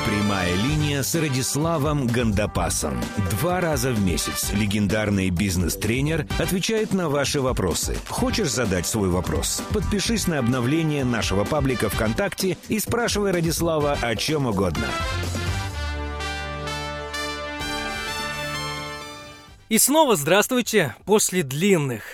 Прямая линия с Радиславом Гандапасом. 2 раза в месяц легендарный бизнес-тренер отвечает на ваши вопросы. Хочешь задать свой вопрос? Подпишись на обновление нашего паблика ВКонтакте и спрашивай Радислава о чем угодно. И снова здравствуйте. После длинных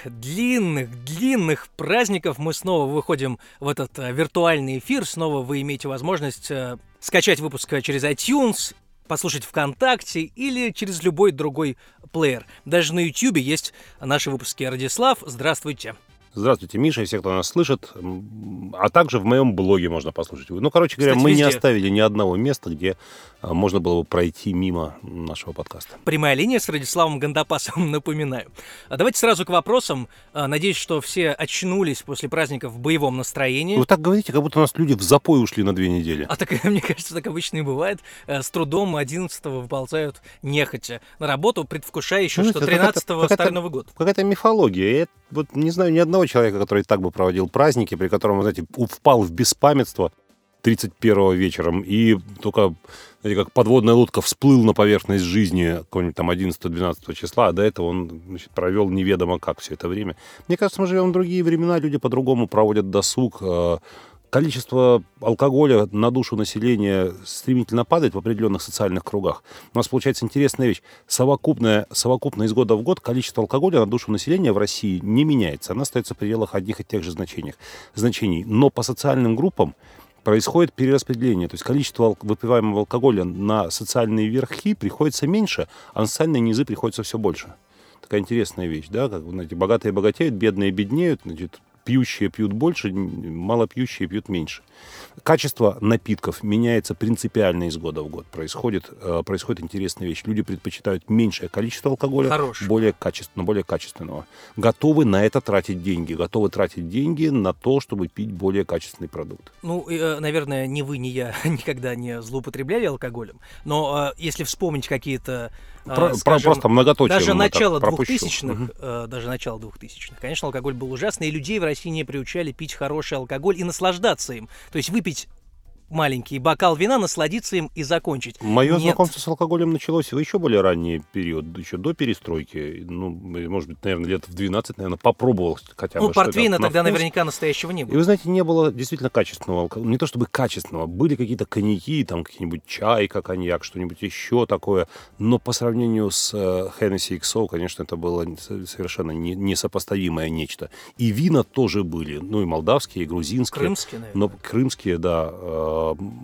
праздников мы снова выходим в этот виртуальный эфир. Снова вы имеете возможность скачать выпуск через iTunes, послушать ВКонтакте или через любой другой плеер. Даже на YouTube есть наши выпуски. Радислав, здравствуйте. Здравствуйте, Миша, и все, кто нас слышит. А также в моем блоге можно послушать. Ну, короче говоря, Кстати, мы везде. не оставили ни одного места, где можно было бы пройти мимо нашего подкаста. Прямая линия с Радиславом Гандапасом, напоминаю. Давайте сразу к вопросам. Надеюсь, что все очнулись после праздников в боевом настроении. Вы так говорите, как будто у нас люди в запой ушли на 2 недели. А так, мне кажется, так обычно и бывает. С трудом 11-го выползают нехотя на работу, предвкушая еще, что 13-го Старый Новый год. Какая-то мифология. Я вот не знаю ни одного человека, который так бы проводил праздники, при котором, знаете, впал в беспамятство 31-го вечером и только, знаете, как подводная лодка всплыл на поверхность жизни какого-нибудь там 11-12 числа, а до этого он, значит, провел неведомо как все это время. Мне кажется, мы живем в другие времена, люди по-другому проводят досуг. Количество алкоголя на душу населения стремительно падает в определенных социальных кругах. У нас получается интересная вещь. Совокупно из года в год количество алкоголя на душу населения в России не меняется. Она остается в пределах одних и тех же значений. Но по социальным группам происходит перераспределение. То есть количество выпиваемого алкоголя на социальные верхи приходится меньше, а на социальные низы приходится все больше. Такая интересная вещь, да? Как, знаете, богатые богатеют, бедные беднеют, значит, пьющие пьют больше, малопьющие пьют меньше. Качество напитков меняется принципиально из года в год. Происходит интересная вещь. Люди предпочитают меньшее количество алкоголя, более качественного. Готовы на это тратить деньги. Готовы тратить деньги на то, чтобы пить более качественный продукт. Ну, наверное, ни вы, ни я никогда не злоупотребляли алкоголем. Но если вспомнить какие-то... скажем, просто многоточие. Даже начало 2000-х, конечно, алкоголь был ужасный, и людей в России не приучали пить хороший алкоголь и наслаждаться им. То есть выпить маленький бокал вина, насладиться им и закончить. Мое знакомство с алкоголем началось в еще более ранний период, еще до перестройки. Ну, может быть, наверное, лет в 12, попробовал хотя бы. Ну, портвейна тогда наверняка настоящего не было. И вы знаете, не было действительно качественного алкоголя. Не то чтобы качественного. Были какие-то коньяки, там какие-нибудь чайка, коньяк, что-нибудь еще такое. Но по сравнению с Hennessy XO, конечно, это было совершенно несопоставимое нечто. И вина тоже были. Ну, и молдавские, и грузинские. Крымские, наверное. Но крымские, да.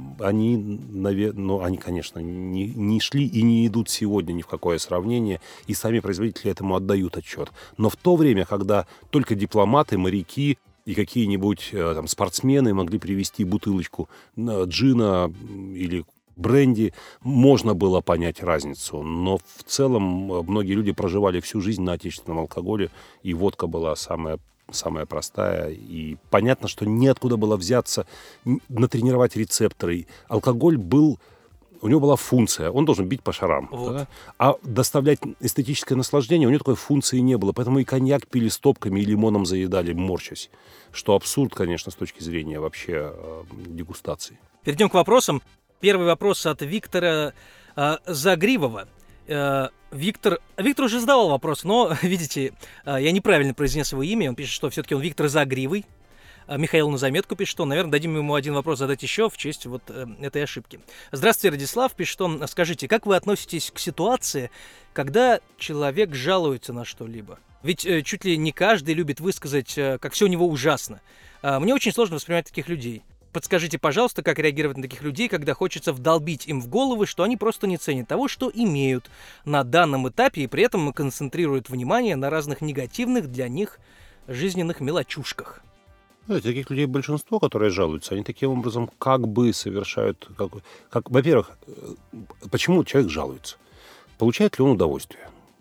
Они, конечно, не шли и не идут сегодня ни в какое сравнение, и сами производители этому отдают отчет. Но в то время, когда только дипломаты, моряки и какие-нибудь там спортсмены могли привезти бутылочку джина или бренди, можно было понять разницу. Но в целом многие люди проживали всю жизнь на отечественном алкоголе, и водка была самая простая, и понятно, что неоткуда было взяться, натренировать рецепторы. Алкоголь у него была функция, он должен бить по шарам. Вот. Да? А доставлять эстетическое наслаждение у него такой функции не было, поэтому и коньяк пили стопками, и лимоном заедали, морщась. Что абсурд, конечно, с точки зрения вообще дегустации. Перейдем к вопросам. Первый вопрос от Виктора Загривова. Виктор уже задавал вопрос, но, видите, я неправильно произнес его имя. Он пишет, что все-таки он Виктор Загривый. Михаил на заметку пишет, что, наверное, дадим ему один вопрос задать еще в честь вот этой ошибки. Здравствуйте, Радислав, пишет, что скажите, как вы относитесь к ситуации, когда человек жалуется на что-либо? Ведь чуть ли не каждый любит высказать, как все у него ужасно. Мне очень сложно воспринимать таких людей. Подскажите, пожалуйста, как реагировать на таких людей, когда хочется вдолбить им в головы, что они просто не ценят того, что имеют на данном этапе, и при этом концентрируют внимание на разных негативных для них жизненных мелочушках. Знаете, таких людей большинство, которые жалуются, они таким образом как бы совершают... Во-первых, почему человек жалуется? Получает ли он удовольствие?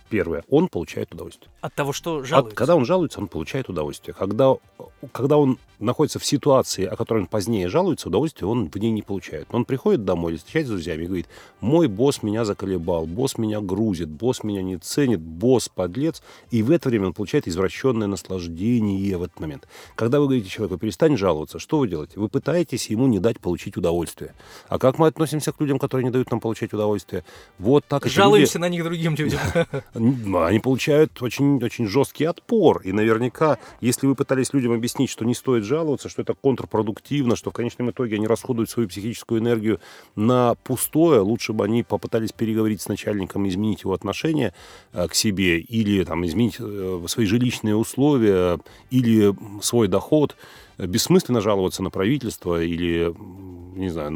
Первое, он получает удовольствие. От того, что жалуется. Когда он жалуется, он получает удовольствие. Когда он находится в ситуации, о которой он позднее жалуется, удовольствия он в ней не получает. Он приходит домой или встречается с друзьями и говорит: мой босс меня заколебал, босс меня грузит, босс меня не ценит, босс подлец. И в это время он получает извращенное наслаждение в этот момент. Когда вы говорите человеку: перестань жаловаться, что вы делаете? Вы пытаетесь ему не дать получить удовольствие. А как мы относимся к людям, которые не дают нам получать удовольствие? Вот так. Жалуемся на них другим людям. Они получают очень, очень жесткий отпор. И наверняка, если вы пытались людям объяснить, что не стоит жаловаться, что это контрпродуктивно, что в конечном итоге они расходуют свою психическую энергию на пустое, лучше бы они попытались переговорить с начальником, изменить его отношение к себе, или там, изменить свои жилищные условия, или свой доход. Бессмысленно жаловаться на правительство или, не знаю,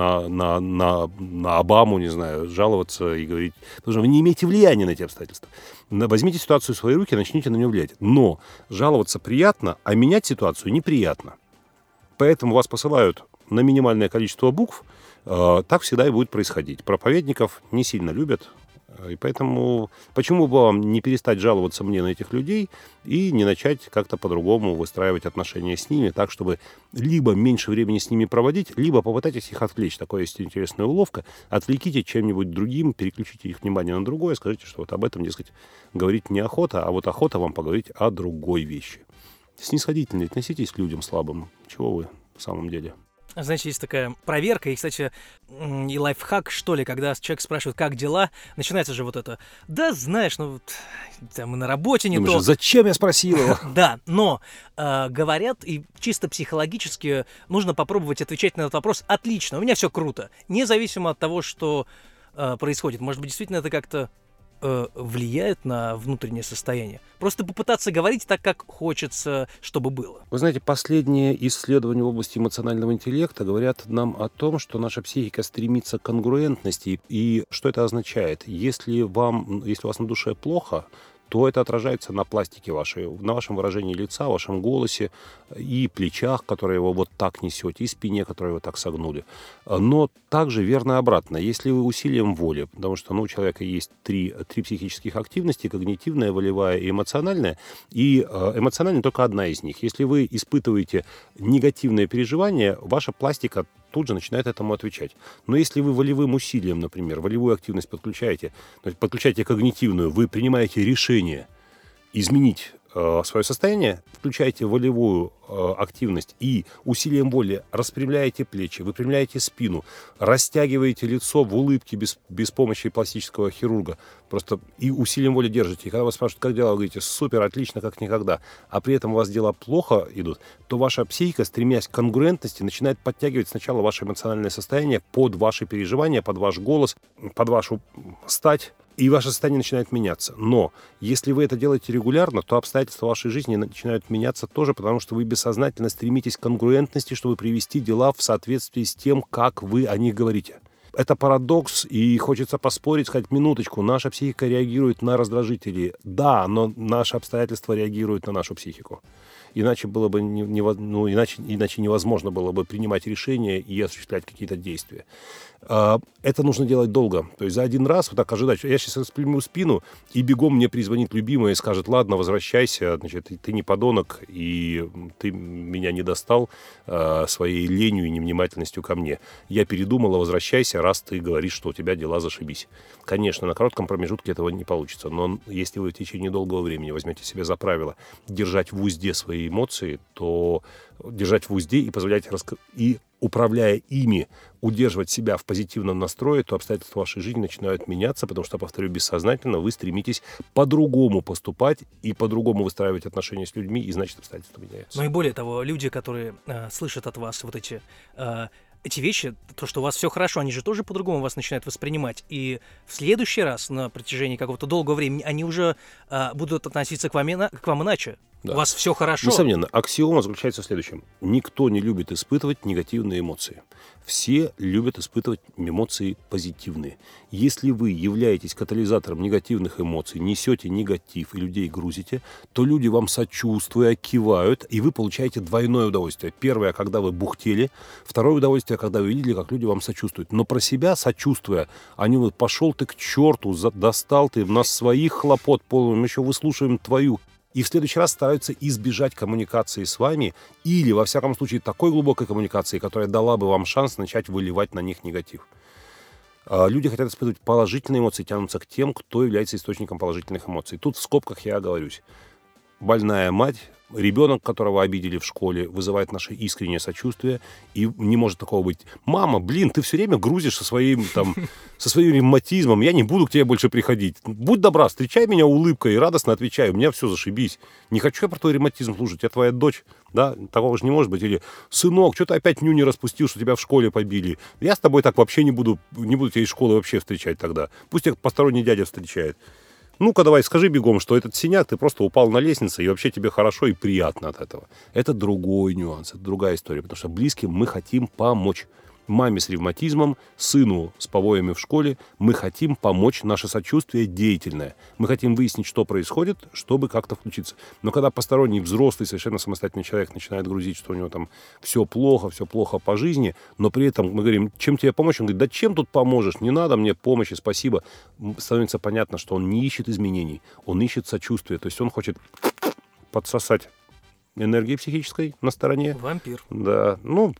на Обаму, не знаю, жаловаться и говорить, потому что вы не имеете влияния на эти обстоятельства. Возьмите ситуацию в свои руки и начните на нее влиять. Но жаловаться приятно, а менять ситуацию неприятно. Поэтому вас посылают на минимальное количество букв. Так всегда и будет происходить. Проповедников не сильно любят. И поэтому почему бы вам не перестать жаловаться мне на этих людей и не начать как-то по-другому выстраивать отношения с ними, так, чтобы либо меньше времени с ними проводить, либо попытайтесь их отвлечь. Такая есть интересная уловка. Отвлеките чем-нибудь другим, переключите их внимание на другое, скажите, что вот об этом, дескать, говорить неохота, а вот охота вам поговорить о другой вещи. Снисходительно относитесь к людям слабым. Чего вы в самом деле? Знаете, есть такая проверка, и, кстати, и лайфхак, что ли, когда человек спрашивает, как дела, начинается же вот это: да, знаешь, ну, там и на работе не то. Зачем я спросил его? Да, но говорят, и чисто психологически нужно попробовать отвечать на этот вопрос: отлично, у меня все круто, независимо от того, что происходит. Может быть, действительно это как-то влияет на внутреннее состояние. Просто попытаться говорить так, как хочется, чтобы было. Вы знаете, последние исследования в области эмоционального интеллекта говорят нам о том, что наша психика стремится к конгруентности. И что это означает? Если у вас на душе плохо, то это отражается на пластике вашей, на вашем выражении лица, вашем голосе и плечах, которые вы вот так несете, и спине, которые вы так согнули. Но также верно обратно. Если вы усилием воли, потому что у человека есть три психических активности: когнитивная, волевая и эмоциональная. И эмоциональная только одна из них. Если вы испытываете негативное переживание, ваша пластика тут же начинает этому отвечать. Но если вы волевым усилием, например, волевую активность подключаете когнитивную, вы принимаете решение изменить свое состояние, включаете волевую активность и усилием воли распрямляете плечи, выпрямляете спину, растягиваете лицо в улыбке без помощи пластического хирурга, просто и усилием воли держите. И когда вас спрашивают, как дела, вы говорите: супер, отлично, как никогда, а при этом у вас дела плохо идут, то ваша психика, стремясь к конгруентности, начинает подтягивать сначала ваше эмоциональное состояние под ваши переживания, под ваш голос, под вашу стать, и ваше состояние начинает меняться. Но если вы это делаете регулярно, то обстоятельства вашей жизни начинают меняться тоже, потому что вы бессознательно стремитесь к конгруентности, чтобы привести дела в соответствии с тем, как вы о них говорите. Это парадокс, и хочется поспорить, сказать: минуточку, наша психика реагирует на раздражители. Да, но наши обстоятельства реагируют на нашу психику. Иначе было бы иначе невозможно было бы принимать решения и осуществлять какие-то действия. Это нужно делать долго. То есть за один раз вот так ожидать, что я сейчас распрямлю спину, и бегом мне перезвонит любимая и скажет: ладно, возвращайся, значит, ты не подонок, и ты меня не достал своей ленью и невнимательностью ко мне. Я передумала, возвращайся, раз ты говоришь, что у тебя дела зашибись. Конечно, на коротком промежутке этого не получится, но если вы в течение долгого времени возьмете себе за правило держать в узде свои эмоции, то держать в узде и позволять и, управляя ими, удерживать себя в позитивном настрое, то обстоятельства вашей жизни начинают меняться, потому что, повторю, бессознательно вы стремитесь по-другому поступать и по-другому выстраивать отношения с людьми, и значит, обстоятельства меняются. Ну и более того, люди, которые слышат от вас вот эти вещи, то, что у вас все хорошо, они же тоже по-другому вас начинают воспринимать. И в следующий раз, на протяжении какого-то долгого времени, они уже будут относиться к вам иначе. У вас все хорошо. Несомненно, аксиома заключается в следующем. Никто не любит испытывать негативные эмоции. Все любят испытывать эмоции позитивные. Если вы являетесь катализатором негативных эмоций, несете негатив и людей грузите, то люди вам сочувствуя, кивают, и вы получаете двойное удовольствие. Первое, когда вы бухтели. Второе удовольствие, когда вы видели, как люди вам сочувствуют. Но про себя сочувствуя, они говорят: пошел ты к черту, достал ты, у нас своих хлопот полным, еще выслушиваем твою. И в следующий раз стараются избежать коммуникации с вами или, во всяком случае, такой глубокой коммуникации, которая дала бы вам шанс начать выливать на них негатив. Люди хотят испытывать положительные эмоции, тянутся к тем, кто является источником положительных эмоций. Тут в скобках я оговорюсь. Больная мать, ребенок, которого обидели в школе, вызывает наше искреннее сочувствие, и не может такого быть. Мама, блин, ты все время грузишь со своим ревматизмом, я не буду к тебе больше приходить. Будь добра, встречай меня улыбкой и радостно отвечай, у меня все зашибись. Не хочу я про твой ревматизм слушать, я твоя дочь. Да, такого же не может быть. Или: сынок, что ты опять нюни распустил, что тебя в школе побили? Я с тобой так вообще не буду тебя из школы вообще встречать тогда. Пусть тебя посторонний дядя встречает. Ну-ка, давай, скажи бегом, что этот синяк, ты просто упал на лестнице, и вообще тебе хорошо и приятно от этого. Это другой нюанс, это другая история, потому что близким мы хотим помочь. Маме с ревматизмом, сыну с побоями в школе мы хотим помочь, наше сочувствие деятельное. Мы хотим выяснить, что происходит, чтобы как-то включиться. Но когда посторонний, взрослый, совершенно самостоятельный человек начинает грузить, что у него там все плохо по жизни, но при этом мы говорим: чем тебе помочь? Он говорит: да чем тут поможешь? Не надо мне помощи, спасибо. Становится понятно, что он не ищет изменений, он ищет сочувствия. То есть он хочет подсосать энергии психической на стороне. Вампир. Да,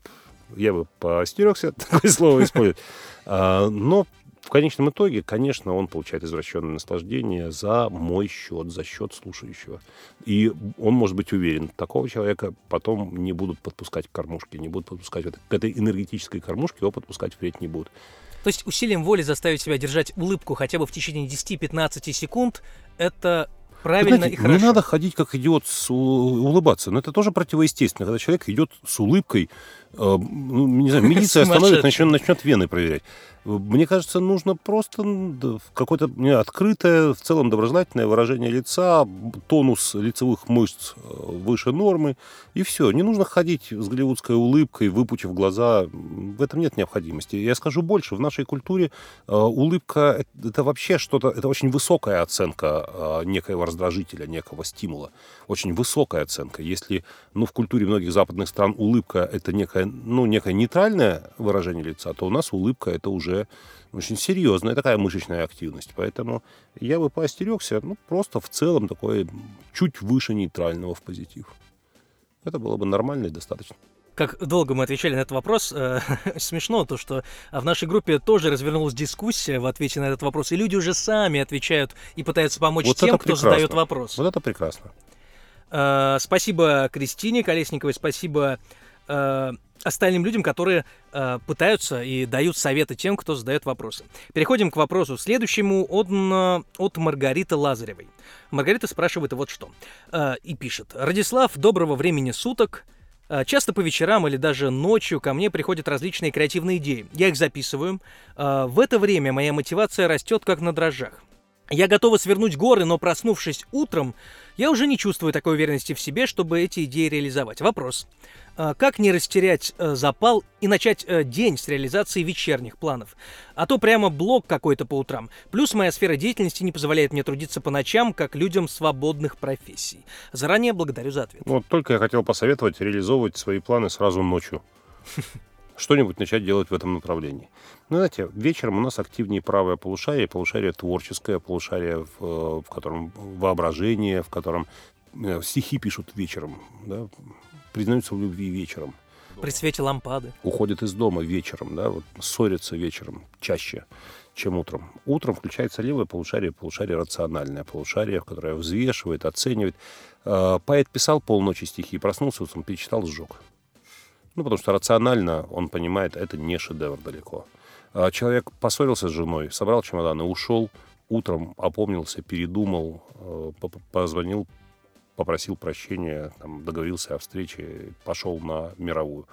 я бы поостерегся такое слово использовать. Но в конечном итоге, конечно, он получает извращенное наслаждение за мой счет, за счет слушающего. И он может быть уверен, такого человека потом не будут подпускать к кормушке, не будут подпускать к этой энергетической кормушке, его подпускать впредь не будут. То есть усилием воли заставить себя держать улыбку хотя бы в течение 10-15 секунд — это правильно, знаете, и хорошо. Не надо ходить как идиот улыбаться. Но это тоже противоестественно. Когда человек идет с улыбкой, не знаю, милиция остановит, начнет вены проверять. Мне кажется, нужно просто какое-то открытое, в целом доброжелательное выражение лица, тонус лицевых мышц выше нормы, и все. Не нужно ходить с голливудской улыбкой, выпучив глаза. В этом нет необходимости. Я скажу больше. В нашей культуре улыбка — это вообще что-то, это очень высокая оценка некоего раздражителя, некого стимула. Очень высокая оценка. Если в культуре многих западных стран улыбка — это некое нейтральное выражение лица, то у нас улыбка — это уже очень серьезная такая мышечная активность. Поэтому я бы поостерегся, просто в целом такое чуть выше нейтрального в позитив. Это было бы нормально и достаточно. Как долго мы отвечали на этот вопрос. Смешно то, что в нашей группе тоже развернулась дискуссия в ответе на этот вопрос, и люди уже сами отвечают и пытаются помочь тем, кто задает вопрос. Вот это прекрасно. Спасибо Кристине Колесниковой, спасибо остальным людям, которые пытаются и дают советы тем, кто задает вопросы. Переходим к вопросу следующему от Маргариты Лазаревой. Маргарита спрашивает вот что. И пишет. Радислав, доброго времени суток. Часто по вечерам или даже ночью ко мне приходят различные креативные идеи. Я их записываю. В это время моя мотивация растет как на дрожжах. Я готова свернуть горы, но проснувшись утром, я уже не чувствую такой уверенности в себе, чтобы эти идеи реализовать. Вопрос. Как не растерять запал и начать день с реализации вечерних планов? А то прямо блок какой-то по утрам. Плюс моя сфера деятельности не позволяет мне трудиться по ночам, как людям свободных профессий. Заранее благодарю за ответ. Вот только я хотел посоветовать реализовывать свои планы сразу ночью. Что-нибудь начать делать в этом направлении. Знаете, вечером у нас активнее правое полушарие, полушарие творческое, полушарие, в котором воображение, в котором стихи пишут вечером, да, признаются в любви вечером. При свете лампады. Уходят из дома вечером, да, ссорятся вечером чаще, чем утром. Утром включается левое полушарие, полушарие рациональное, полушарие, которое взвешивает, оценивает. Поэт писал полночи стихи, проснулся утром, перечитал, сжег. Потому что рационально он понимает, это не шедевр далеко. Человек поссорился с женой, собрал чемоданы, ушел, утром опомнился, передумал, позвонил попросил прощения, там, договорился о встрече, пошел на мировую.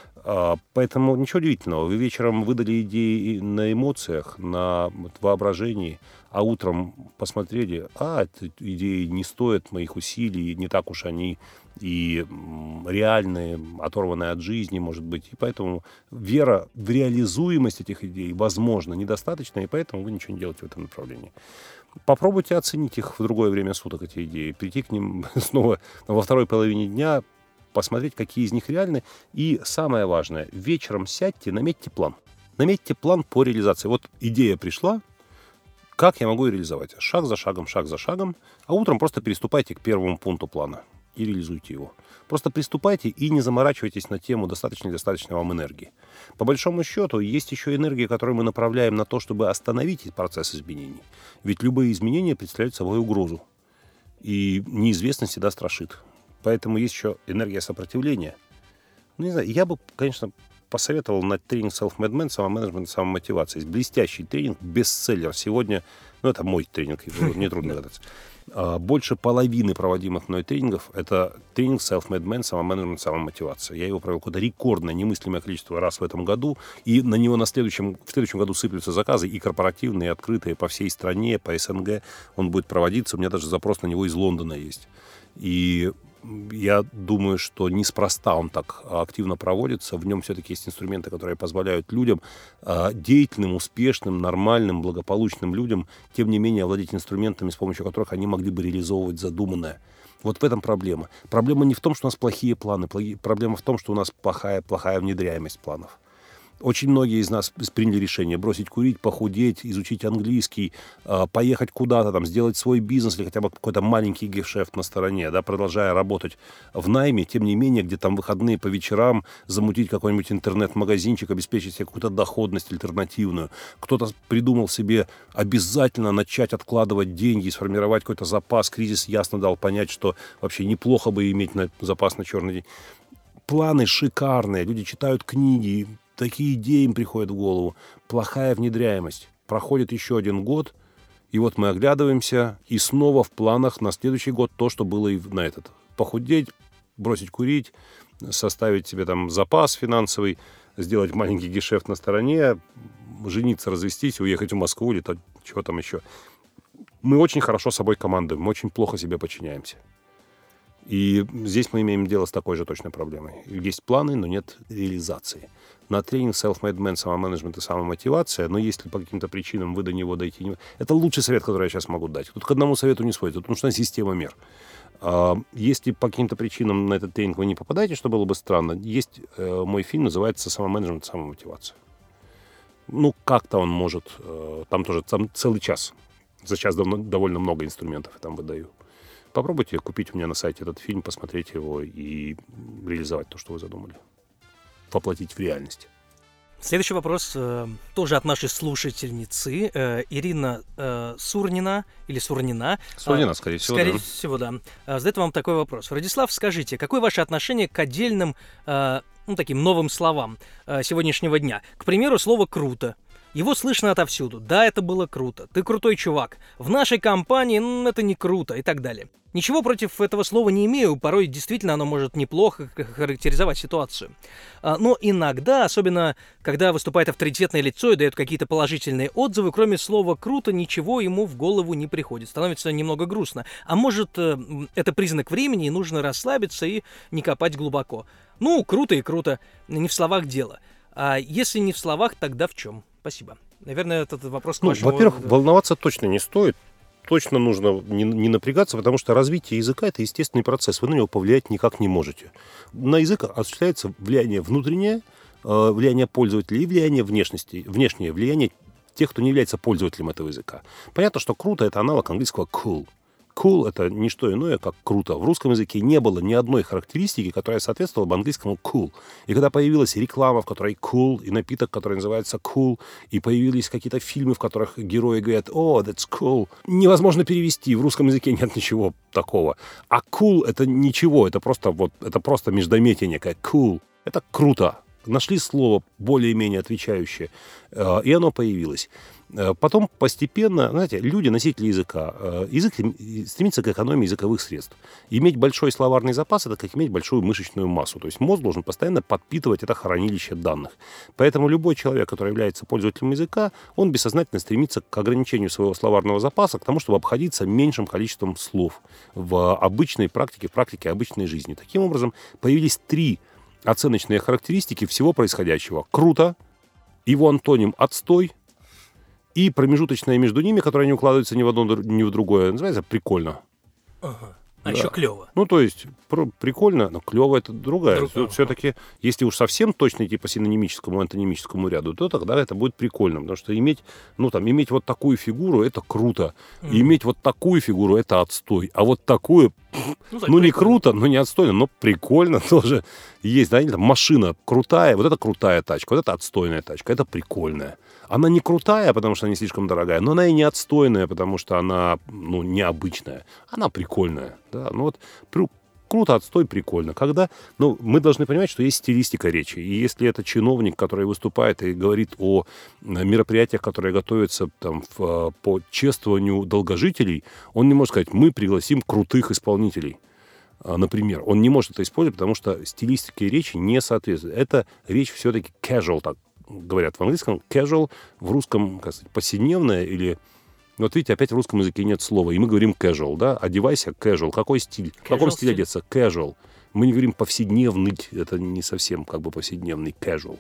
Поэтому ничего удивительного. Вы вечером выдали идеи на эмоциях, на воображении, а утром посмотрели, эти идеи не стоят моих усилий, не так уж они и реальные, оторванные от жизни, может быть. И поэтому вера в реализуемость этих идей, возможно, недостаточна, и поэтому вы ничего не делаете в этом направлении. Попробуйте оценить их в другое время суток, эти идеи, прийти к ним снова во второй половине дня, посмотреть, какие из них реальны. И самое важное, вечером сядьте, наметьте план. Наметьте план по реализации. Вот идея пришла, как я могу ее реализовать? Шаг за шагом, а утром просто переступайте к первому пункту плана и реализуйте его. Просто приступайте и не заморачивайтесь на тему, достаточно вам энергии. По большому счету, есть еще энергия, которую мы направляем на то, чтобы остановить процесс изменений. Ведь любые изменения представляют собой угрозу. И неизвестность всегда страшит. Поэтому есть еще энергия сопротивления. Не знаю, я бы, конечно, посоветовал на тренинг Self-Made Man, самоменеджмент, самомотивация. Есть блестящий тренинг, бестселлер. Сегодня, это мой тренинг, нетрудно догадаться. Больше половины проводимых мной тренингов – это тренинг Self-Made Man, самоменеджмент, самомотивация. Я его провел какое-то рекордное, немыслимое количество раз в этом году, и на него в следующем году сыплются заказы и корпоративные, и открытые по всей стране, по СНГ. Он будет проводиться, у меня даже запрос на него из Лондона есть. И я думаю, что неспроста он так активно проводится. В нем все-таки есть инструменты, которые позволяют людям, деятельным, успешным, нормальным, благополучным людям, тем не менее, овладеть инструментами, с помощью которых они могли бы реализовывать задуманное. Вот в этом проблема. Проблема не в том, что у нас плохие планы. Проблема в том, что у нас плохая внедряемость планов. Очень многие из нас приняли решение бросить курить, похудеть, изучить английский, поехать куда-то, там, сделать свой бизнес или хотя бы какой-то маленький гешефт на стороне, да, продолжая работать в найме, тем не менее, где там выходные по вечерам, замутить какой-нибудь интернет-магазинчик, обеспечить себе какую-то доходность альтернативную. Кто-то придумал себе обязательно начать откладывать деньги, сформировать какой-то запас. Кризис ясно дал понять, что вообще неплохо бы иметь запас на черный день. Планы шикарные, люди читают книги, такие идеи им приходят в голову. Плохая внедряемость. Проходит еще один год, и вот мы оглядываемся, и снова в планах на следующий год то, что было и на этот. Похудеть, бросить курить, составить себе там запас финансовый, сделать маленький гешефт на стороне, жениться, развестись, уехать в Москву или чего там еще. Мы очень хорошо собой командуем, мы очень плохо себе подчиняемся. И здесь мы имеем дело с такой же точной проблемой. Есть планы, но нет реализации. На тренинг Self-Made Man, самоменеджмент и самомотивация, но если по каким-то причинам вы до него дойти не можете, это лучший совет, который я сейчас могу дать. Тут к одному совету не сводится, тут нужна система мер. Если по каким-то причинам на этот тренинг вы не попадаете, что было бы странно, есть мой фильм, называется «Самоменеджмент, самомотивация». Как-то он может, там целый час. За час довольно много инструментов я там выдаю. Попробуйте купить у меня на сайте этот фильм, посмотреть его и реализовать то, что вы задумали. Воплотить в реальность. Следующий вопрос тоже от нашей слушательницы Ирина Сурнина или Сурнина. Сурнина, скорее всего. Скорее всего, да. Задает вам такой вопрос. Владислав, скажите, какое ваше отношение к отдельным таким новым словам сегодняшнего дня? К примеру, слово «круто». Его слышно отовсюду. Да, это было круто. Ты крутой чувак. В нашей компании это не круто и так далее. Ничего против этого слова не имею. Порой действительно оно может неплохо характеризовать ситуацию. Но иногда, особенно когда выступает авторитетное лицо и дает какие-то положительные отзывы, кроме слова «круто» ничего ему в голову не приходит. Становится немного грустно. А может, это признак времени, и нужно расслабиться и не копать глубоко. Круто и круто. Не в словах дело. А если не в словах, тогда в чем? Спасибо. Наверное, этот вопрос к вашему... Во-первых, волноваться точно не стоит. Точно нужно не напрягаться, потому что развитие языка – это естественный процесс. Вы на него повлиять никак не можете. На язык осуществляется влияние внутреннее, влияние пользователя и влияние внешнее влияние тех, кто не является пользователем этого языка. Понятно, что круто – это аналог английского cool. Cool – это не что иное, как круто. В русском языке не было ни одной характеристики, которая соответствовала бы английскому cool. И когда появилась реклама, в которой cool, и напиток, который называется cool, и появились какие-то фильмы, в которых герои говорят «Oh, that's cool», невозможно перевести. В русском языке нет ничего такого. А cool – это ничего, это просто междометие некое. Cool – это круто. Нашли слово более-менее отвечающее, и оно появилось. Потом постепенно, знаете, люди, носители языка, язык стремится к экономии языковых средств. Иметь большой словарный запас — это как иметь большую мышечную массу. То есть мозг должен постоянно подпитывать это хранилище данных. Поэтому любой человек, который является пользователем языка, он бессознательно стремится к ограничению своего словарного запаса, к тому, чтобы обходиться меньшим количеством слов в обычной практике, в практике обычной жизни. Таким образом, появились 3 оценочные характеристики всего происходящего. Круто, его антоним «отстой», и промежуточное между ними, которое не укладывается ни в одно, ни в другое, называется «прикольно». Ага. А еще клево. Ну, то есть, прикольно, но клево — это другая. Все-таки, если уж совсем точно идти по синонимическому, антонимическому ряду, то тогда это будет прикольно. Потому что иметь вот такую фигуру — это круто. И иметь вот такую фигуру — это отстой. А вот такую, не круто, но не отстойно, но прикольно тоже есть. Да? Машина крутая, вот это крутая тачка, вот это отстойная тачка, это прикольная. Она не крутая, потому что она не слишком дорогая, но она и не отстойная, потому что она, необычная. Она прикольная. Да? Круто, отстой, прикольно. Когда, мы должны понимать, что есть стилистика речи. И если это чиновник, который выступает и говорит о мероприятиях, которые готовятся по чествованию долгожителей, он не может сказать: мы пригласим крутых исполнителей. Например, он не может это использовать, потому что стилистике речи не соответствует. Это речь все-таки casual, так говорят в английском. Casual в русском, как сказать, повседневная или... Вот видите, опять в русском языке нет слова, и мы говорим casual, да? Одевайся casual. Какой стиль? В каком стиле одеться? Casual. Мы не говорим повседневный, это не совсем повседневный casual.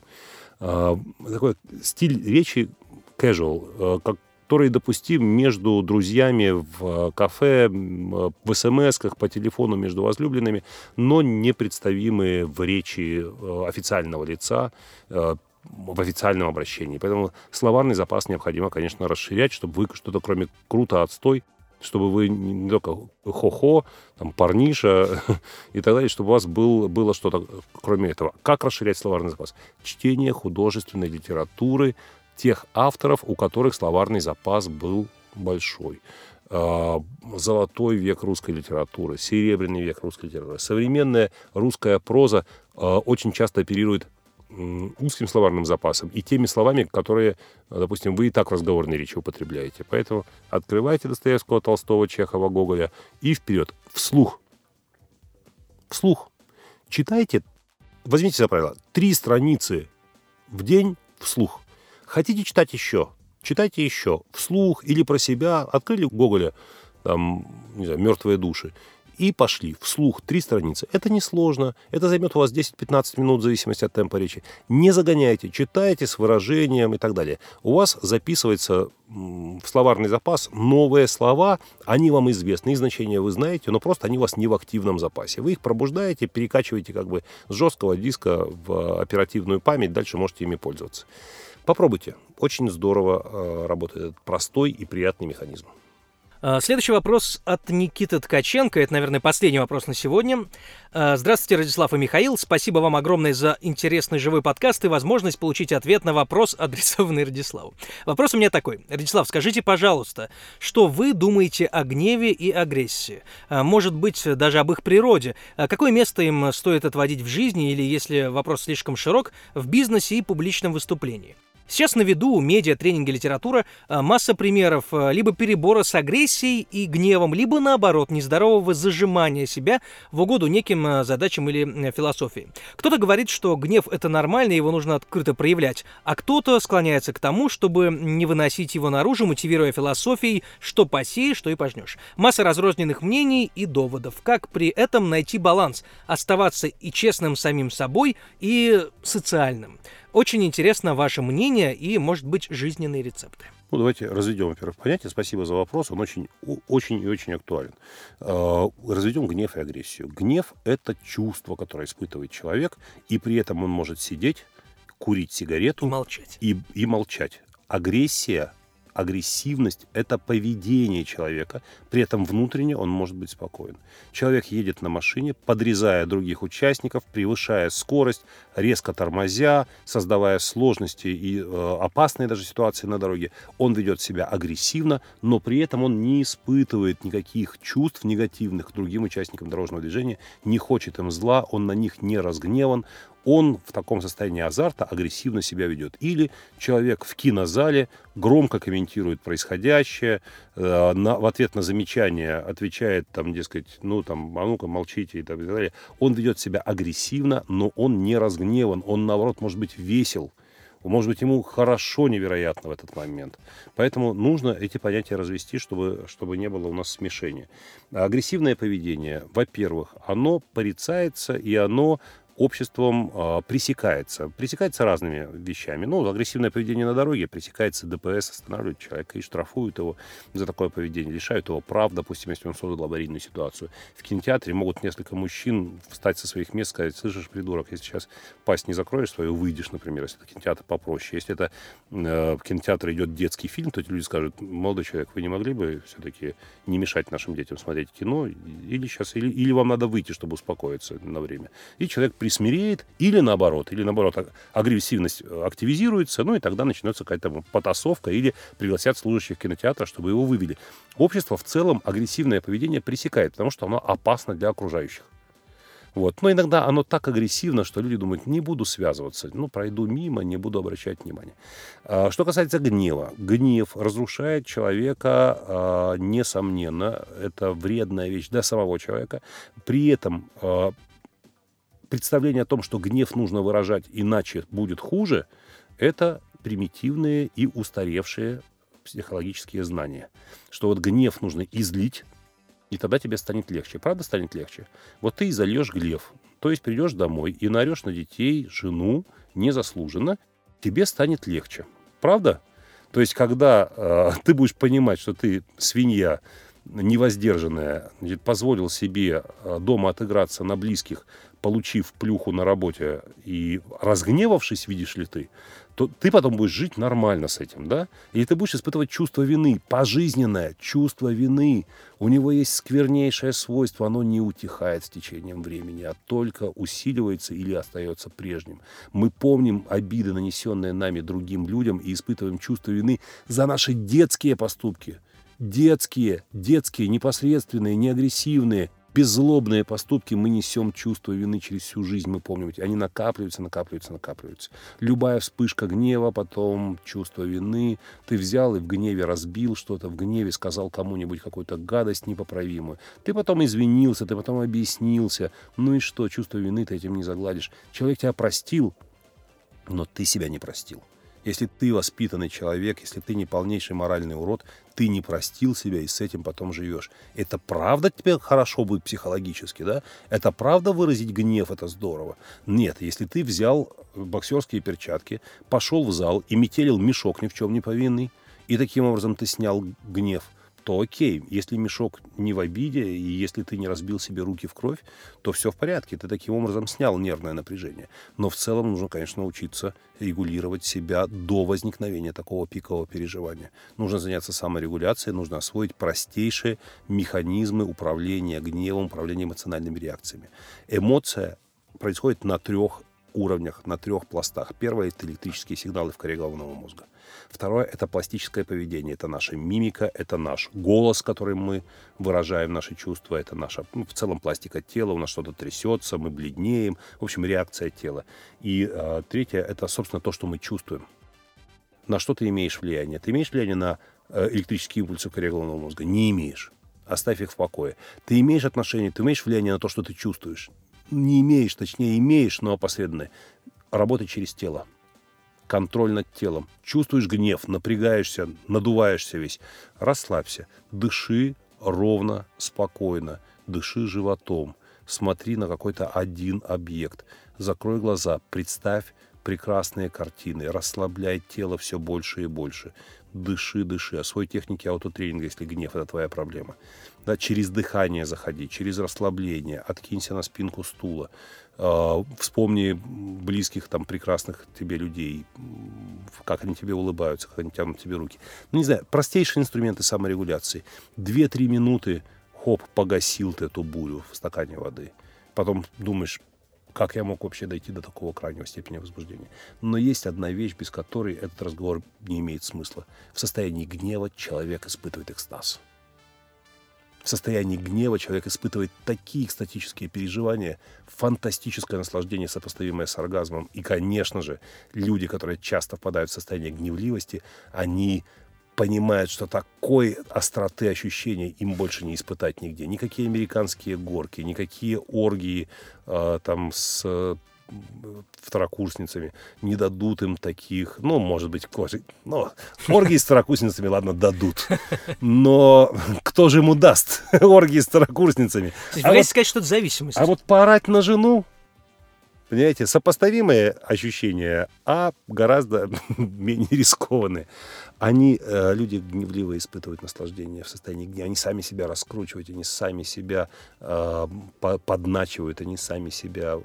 Такой стиль речи casual, который допустим между друзьями в кафе, в смс-ках, по телефону между возлюбленными, но не представимые в речи официального лица, в официальном обращении. Поэтому словарный запас необходимо, конечно, расширять, чтобы вы что-то кроме круто, отстой, чтобы вы не только хо-хо, парниша и так далее, чтобы у вас было что-то кроме этого. Как расширять словарный запас? Чтение художественной литературы тех авторов, у которых словарный запас был большой. Золотой век русской литературы, серебряный век русской литературы. Современная русская проза очень часто оперирует узким словарным запасом и теми словами, которые, допустим, вы и так в разговорной речи употребляете. Поэтому открывайте Достоевского, Толстого, Чехова, Гоголя и вперед, вслух. Вслух. Читайте, возьмите за правило, 3 страницы в день вслух. Хотите читать еще? Читайте еще вслух или про себя. Открыли Гоголя, «Мертвые души», и пошли вслух 3 страницы. Это несложно. Это займет у вас 10-15 минут в зависимости от темпа речи. Не загоняйте, читайте с выражением и так далее. У вас записывается в словарный запас новые слова. Они вам известны, их значения вы знаете, но просто они у вас не в активном запасе. Вы их пробуждаете, перекачиваете с жесткого диска в оперативную память. Дальше можете ими пользоваться. Попробуйте. Очень здорово работает этот простой и приятный механизм. Следующий вопрос от Никиты Ткаченко. Это, наверное, последний вопрос на сегодня. Здравствуйте, Радислав и Михаил. Спасибо вам огромное за интересный живой подкаст и возможность получить ответ на вопрос, адресованный Радиславу. Вопрос у меня такой. Радислав, скажите, пожалуйста, что вы думаете о гневе и агрессии? Может быть, даже об их природе? Какое место им стоит отводить в жизни или, если вопрос слишком широк, в бизнесе и публичном выступлении? Сейчас на виду медиа, тренинги, литература, масса примеров либо перебора с агрессией и гневом, либо наоборот, нездорового зажимания себя в угоду неким задачам или философии. Кто-то говорит, что гнев — это нормально, его нужно открыто проявлять, а кто-то склоняется к тому, чтобы не выносить его наружу, мотивируя философией «что посеешь, что и пожнешь». Масса разрозненных мнений и доводов. Как при этом найти баланс, оставаться и честным самим собой, и социальным? Очень интересно ваше мнение и, может быть, жизненные рецепты. Давайте разведем, во-первых, понятие. Спасибо за вопрос. Он очень и очень актуален. Разведем гнев и агрессию. Гнев – это чувство, которое испытывает человек, и при этом он может сидеть, курить сигарету и молчать. Агрессивность – это поведение человека, при этом внутренне он может быть спокоен. Человек едет на машине, подрезая других участников, превышая скорость, резко тормозя, создавая сложности и опасные даже ситуации на дороге. Он ведет себя агрессивно, но при этом он не испытывает никаких чувств негативных к другим участникам дорожного движения, не хочет им зла, он на них не разгневан, он в таком состоянии азарта агрессивно себя ведет. Или человек в кинозале громко комментирует происходящее, в ответ на замечание отвечает, там, дескать, а ну-ка, молчите и так далее. Он ведет себя агрессивно, но он не разгневан, он, наоборот, может быть весел. Может быть, ему хорошо невероятно в этот момент. Поэтому нужно эти понятия развести, чтобы не было у нас смешения. Агрессивное поведение, во-первых, оно порицается и оно обществом пресекается. Пресекается разными вещами. Агрессивное поведение на дороге пресекается ДПС, останавливают человека и штрафуют его за такое поведение, лишают его прав, допустим, если он создал аварийную ситуацию. В кинотеатре могут несколько мужчин встать со своих мест и сказать: слышишь, придурок, если сейчас пасть не закроешь свою, выйдешь, например, если это кинотеатр попроще. Если это в кинотеатре идет детский фильм, то эти люди скажут: молодой человек, вы не могли бы все-таки не мешать нашим детям смотреть кино, или вам надо выйти, чтобы успокоиться на время. И человек присмиреет, или наоборот, агрессивность активизируется, и тогда начнется какая-то потасовка, или пригласят служащих кинотеатра, чтобы его вывели. Общество в целом агрессивное поведение пресекает, потому что оно опасно для окружающих. Но иногда оно так агрессивно, что люди думают: не буду связываться, пройду мимо, не буду обращать внимания. Что касается гнева. Гнев разрушает человека, несомненно, это вредная вещь для самого человека. При этом представление о том, что гнев нужно выражать, иначе будет хуже, это примитивные и устаревшие психологические знания. Что гнев нужно излить, и тогда тебе станет легче. Правда станет легче? Ты изольешь гнев, то есть придешь домой и наорешь на детей, жену, незаслуженно, тебе станет легче. Правда? То есть, когда ты будешь понимать, что ты свинья невоздержанная, позволил себе дома отыграться на близких, получив плюху на работе и разгневавшись, видишь ли ты, то ты потом будешь жить нормально с этим, да? Или ты будешь испытывать чувство вины, пожизненное чувство вины. У него есть сквернейшее свойство, оно не утихает с течением времени, а только усиливается или остается прежним. Мы помним обиды, нанесенные нами другим людям, и испытываем чувство вины за наши детские поступки. Детские, непосредственные, неагрессивные, беззлобные поступки мы несем чувство вины через всю жизнь, мы помним, они накапливаются. Любая вспышка гнева, потом чувство вины. Ты взял и в гневе разбил что-то, в гневе сказал кому-нибудь какую-то гадость непоправимую. Ты потом извинился, ты потом объяснился. Ну и что, чувство вины ты этим не загладишь. Человек тебя простил, но ты себя не простил. Если ты воспитанный человек, если ты не полнейший моральный урод, ты не простил себя и с этим потом живешь. Это правда тебе хорошо будет психологически, да? Это правда выразить гнев, это здорово? Нет, если ты взял боксерские перчатки, пошел в зал и метелил мешок ни в чем не повинный, и таким образом ты снял гнев, то окей. Если мешок не в обиде, и если ты не разбил себе руки в кровь, то все в порядке. Ты таким образом снял нервное напряжение. Но в целом нужно, конечно, учиться регулировать себя до возникновения такого пикового переживания. Нужно заняться саморегуляцией, нужно освоить простейшие механизмы управления гневом, управления эмоциональными реакциями. Эмоция происходит на 3 уровнях, на 3 пластах. Первое – это электрические сигналы в коре головного мозга. Второе – это пластическое поведение, это наша мимика, это наш голос, которым мы выражаем наши чувства, это наша, в целом, пластика тела, у нас что-то трясется, мы бледнеем, в общем, реакция тела. И третье – это, собственно, то, что мы чувствуем. На что ты имеешь влияние? Ты имеешь влияние на электрические импульсы в коре головного мозга? Не имеешь. Оставь их в покое. Ты имеешь отношение, ты имеешь влияние на то, что ты чувствуешь? Не имеешь, точнее, имеешь, но опосредованно. Работай через тело. Контроль над телом. Чувствуешь гнев, напрягаешься, надуваешься весь. Расслабься. Дыши ровно, спокойно. Дыши животом. Смотри на какой-то один объект. Закрой глаза. Представь прекрасные картины. Расслабляй тело все больше и больше. Дыши. Освой техники аутотренинга, если гнев – это твоя проблема. Да, через дыхание заходи, через расслабление. Откинься на спинку стула. Вспомни близких, прекрасных тебе людей, как они тебе улыбаются, как они тянут тебе руки. Не знаю, простейшие инструменты саморегуляции. 2-3 минуты, погасил ты эту бурю в стакане воды. Потом думаешь, как я мог вообще дойти до такого крайнего степени возбуждения. Но есть одна вещь, без которой этот разговор не имеет смысла. В состоянии гнева человек испытывает экстаз. В состоянии гнева человек испытывает такие экстатические переживания, фантастическое наслаждение, сопоставимое с оргазмом. И, конечно же, люди, которые часто впадают в состояние гневливости, они понимают, что такой остроты ощущений им больше не испытать нигде. Никакие американские горки, никакие оргии там с второкурсницами не дадут им таких, ну, может быть, оргии с второкурсницами, ладно, дадут. Но кто же ему даст оргии с второкурсницами? Вы хотите сказать, что это зависимость? А вот поорать на жену, понимаете, сопоставимые ощущения, а гораздо менее рискованные. Люди гневливо испытывают наслаждение в состоянии гнева. Они сами себя раскручивают, они сами себя подначивают, они сами себя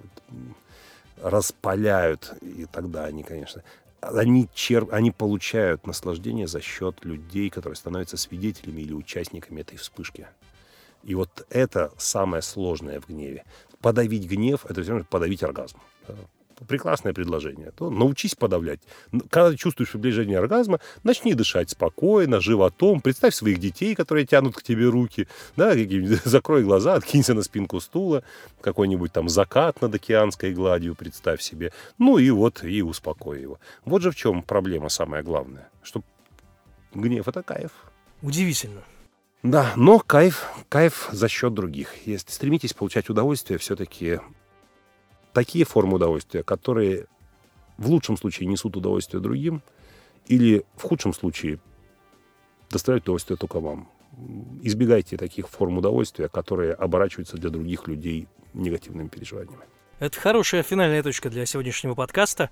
распаляют. И тогда они, конечно, они получают наслаждение за счет людей, которые становятся свидетелями или участниками этой вспышки. И вот это самое сложное в гневе. Подавить гнев — это все равно подавить оргазм. Прекрасное предложение. То научись подавлять. Когда ты чувствуешь приближение оргазма, начни дышать спокойно, животом. Представь своих детей, которые тянут к тебе руки. Да, закрой глаза, откинься на спинку стула. Какой-нибудь там закат над океанской гладью представь себе. Ну и вот, и успокой его. Вот же в чем проблема самая главная. Что гнев — это кайф. Удивительно. Да, но кайф за счет других. Если стремитесь получать удовольствие, все-таки такие формы удовольствия, которые в лучшем случае несут удовольствие другим, или в худшем случае доставляют удовольствие только вам. Избегайте таких форм удовольствия, которые оборачиваются для других людей негативными переживаниями. Это хорошая финальная точка для сегодняшнего подкаста.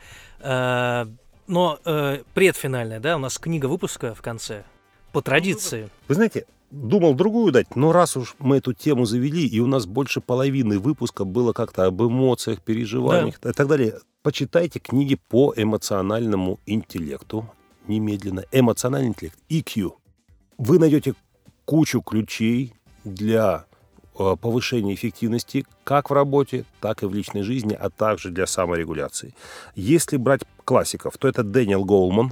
Но предфинальная, да, у нас книга выпуска в конце. По традиции. Вы знаете, думал другую дать, но раз уж мы эту тему завели, и у нас больше половины выпуска было как-то об эмоциях, переживаниях и так далее, почитайте книги по эмоциональному интеллекту немедленно. Эмоциональный интеллект, EQ. Вы найдете кучу ключей для повышения эффективности как в работе, так и в личной жизни, а также для саморегуляции. Если брать классиков, то это Дэниел Гоулман.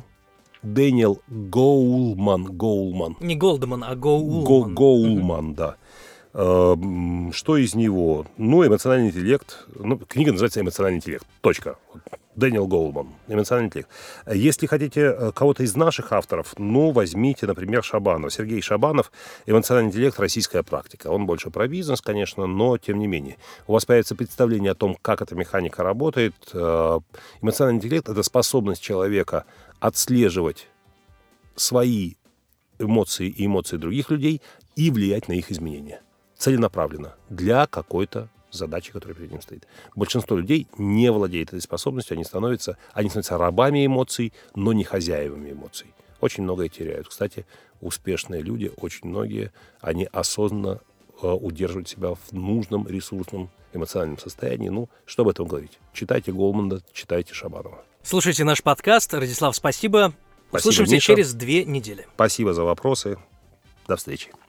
Не Голдман, а Гоулман. Гоулман, да. Что из него? Ну, эмоциональный интеллект. Книга называется «Эмоциональный интеллект». Точка. Дэниел Гоулман. Эмоциональный интеллект. Если хотите кого-то из наших авторов, возьмите, например, Шабанов. Сергей Шабанов. «Эмоциональный интеллект. Российская практика». Он больше про бизнес, конечно, но тем не менее. У вас появится представление о том, как эта механика работает. Эмоциональный интеллект — это способность человека отслеживать свои эмоции и эмоции других людей и влиять на их изменения. Целенаправленно. Для какой-то задачи, которая перед ним стоит. Большинство людей не владеет этой способностью, они становятся рабами эмоций, но не хозяевами эмоций. Очень многое теряют. Кстати, успешные люди, очень многие, они осознанно удерживают себя в нужном ресурсном эмоциональном состоянии. Что об этом говорить? Читайте Гоулмана, читайте Шабанова. Слушайте наш подкаст. Радислав, спасибо. Услышимся через 2 недели. Спасибо за вопросы. До встречи.